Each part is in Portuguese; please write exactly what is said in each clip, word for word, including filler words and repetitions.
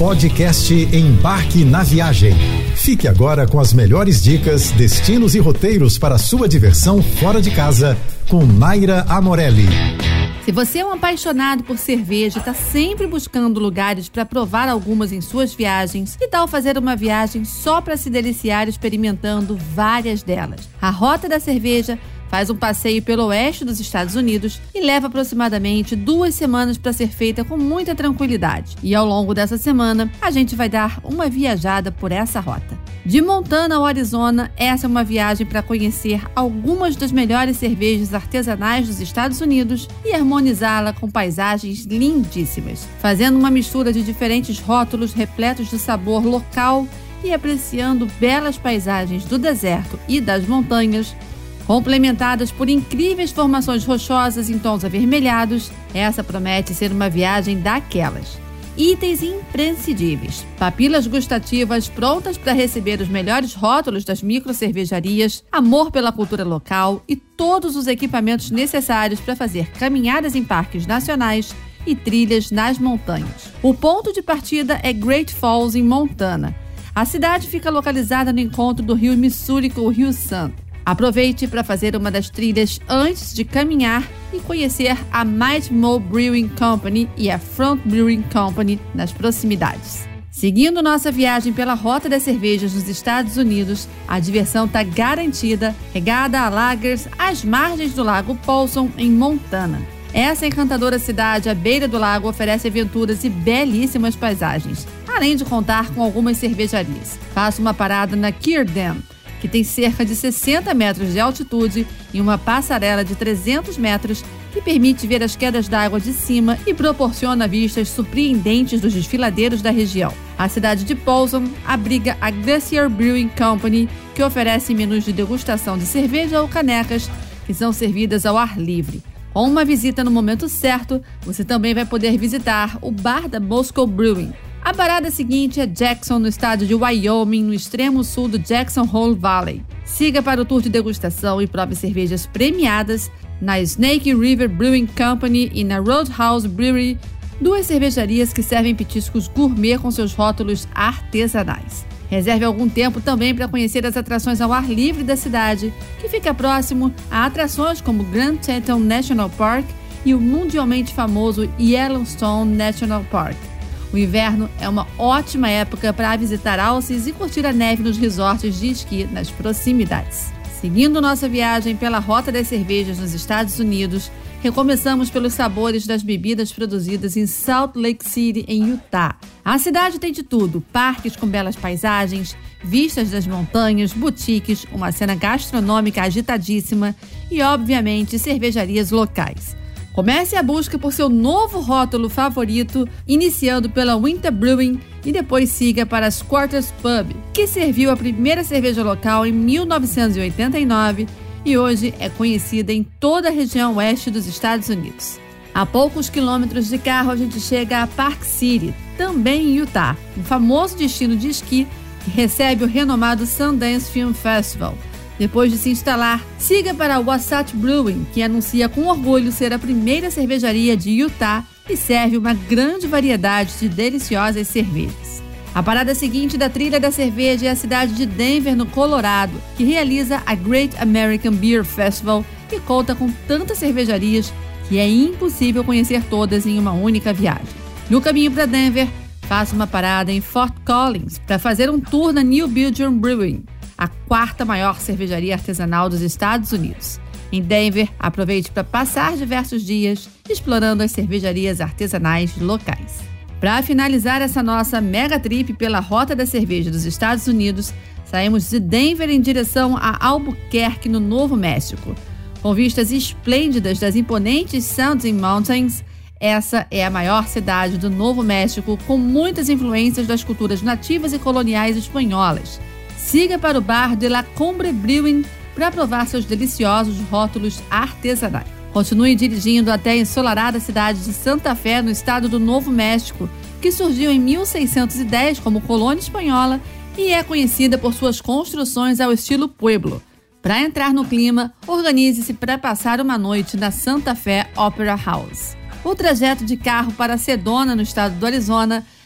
Podcast Embarque na Viagem. Fique agora com as melhores dicas, destinos e roteiros para sua diversão fora de casa com Naira Amorelli. Se você é um apaixonado por cerveja e está sempre buscando lugares para provar algumas em suas viagens, que tal fazer uma viagem só para se deliciar experimentando várias delas? A Rota da Cerveja faz um passeio pelo oeste dos Estados Unidos e leva aproximadamente duas semanas para ser feita com muita tranquilidade. E ao longo dessa semana, a gente vai dar uma viajada por essa rota. De Montana ao Arizona, essa é uma viagem para conhecer algumas das melhores cervejas artesanais dos Estados Unidos e harmonizá-la com paisagens lindíssimas, fazendo uma mistura de diferentes rótulos repletos de sabor local e apreciando belas paisagens do deserto e das montanhas, complementadas por incríveis formações rochosas em tons avermelhados. Essa promete ser uma viagem daquelas. Itens imprescindíveis, papilas gustativas prontas para receber os melhores rótulos das microcervejarias, amor pela cultura local e todos os equipamentos necessários para fazer caminhadas em parques nacionais e trilhas nas montanhas. O ponto de partida é Great Falls, em Montana. A cidade fica localizada no encontro do rio Missouri com o rio Sun. Aproveite para fazer uma das trilhas antes de caminhar e conhecer a Mighty Mo Brewing Company e a Front Brewing Company nas proximidades. Seguindo nossa viagem pela Rota das Cervejas nos Estados Unidos, a diversão está garantida, regada a lagers às margens do Lago Polson, em Montana. Essa encantadora cidade à beira do lago oferece aventuras e belíssimas paisagens, além de contar com algumas cervejarias. Faça uma parada na Kear Dam, que tem cerca de sessenta metros de altitude e uma passarela de trezentos metros que permite ver as quedas d'água de cima e proporciona vistas surpreendentes dos desfiladeiros da região. A cidade de Polson abriga a Glacier Brewing Company, que oferece menus de degustação de cerveja ou canecas que são servidas ao ar livre. Com uma visita no momento certo, você também vai poder visitar o bar da Moscow Brewing. A parada seguinte é Jackson, no estado de Wyoming, no extremo sul do Jackson Hole Valley. Siga para o tour de degustação e prove cervejas premiadas na Snake River Brewing Company e na Roadhouse Brewery, duas cervejarias que servem petiscos gourmet com seus rótulos artesanais. Reserve algum tempo também para conhecer as atrações ao ar livre da cidade, que fica próximo a atrações como Grand Teton National Park e o mundialmente famoso Yellowstone National Park. O inverno é uma ótima época para visitar alces e curtir a neve nos resorts de esqui nas proximidades. Seguindo nossa viagem pela Rota das Cervejas nos Estados Unidos, recomeçamos pelos sabores das bebidas produzidas em Salt Lake City, em Utah. A cidade tem de tudo: parques com belas paisagens, vistas das montanhas, boutiques, uma cena gastronômica agitadíssima e, obviamente, cervejarias locais. Comece a busca por seu novo rótulo favorito, iniciando pela Winter Brewing e depois siga para a Squatters Pub, que serviu a primeira cerveja local em mil novecentos e oitenta e nove e hoje é conhecida em toda a região oeste dos Estados Unidos. A poucos quilômetros de carro a gente chega a Park City, também em Utah, um famoso destino de esqui que recebe o renomado Sundance Film Festival. Depois de se instalar, siga para a Wasatch Brewing, que anuncia com orgulho ser a primeira cervejaria de Utah e serve uma grande variedade de deliciosas cervejas. A parada seguinte da trilha da cerveja é a cidade de Denver, no Colorado, que realiza a Great American Beer Festival e conta com tantas cervejarias que é impossível conhecer todas em uma única viagem. No caminho para Denver, faça uma parada em Fort Collins para fazer um tour na New Belgium Brewing, a quarta maior cervejaria artesanal dos Estados Unidos. Em Denver, aproveite para passar diversos dias explorando as cervejarias artesanais locais. Para finalizar essa nossa mega trip pela Rota da Cerveja dos Estados Unidos, saímos de Denver em direção a Albuquerque, no Novo México. Com vistas esplêndidas das imponentes Sanding Mountains, essa é a maior cidade do Novo México, com muitas influências das culturas nativas e coloniais espanholas. Siga para o bar de La Cumbre Brewing para provar seus deliciosos rótulos artesanais. Continue dirigindo até a ensolarada cidade de Santa Fé, no estado do Novo México, que surgiu em mil seiscentos e dez como colônia espanhola e é conhecida por suas construções ao estilo Pueblo. Para entrar no clima, organize-se para passar uma noite na Santa Fé Opera House. O trajeto de carro para Sedona, no estado do Arizona,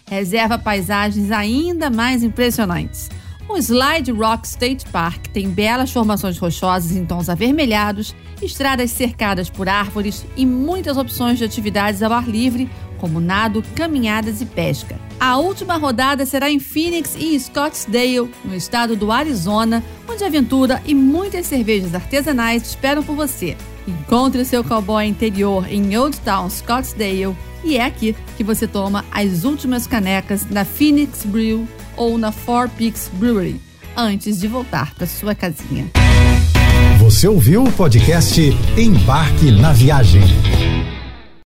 reserva paisagens ainda mais impressionantes. O Slide Rock State Park tem belas formações rochosas em tons avermelhados, estradas cercadas por árvores e muitas opções de atividades ao ar livre, como nado, caminhadas e pesca. A última rodada será em Phoenix e Scottsdale, no estado do Arizona, onde aventura e muitas cervejas artesanais esperam por você. Encontre o seu cowboy interior em Old Town Scottsdale e é aqui que você toma as últimas canecas na Phoenix Brew ou na Four Peaks Brewery, antes de voltar para sua casinha. Você ouviu o podcast Embarque na Viagem.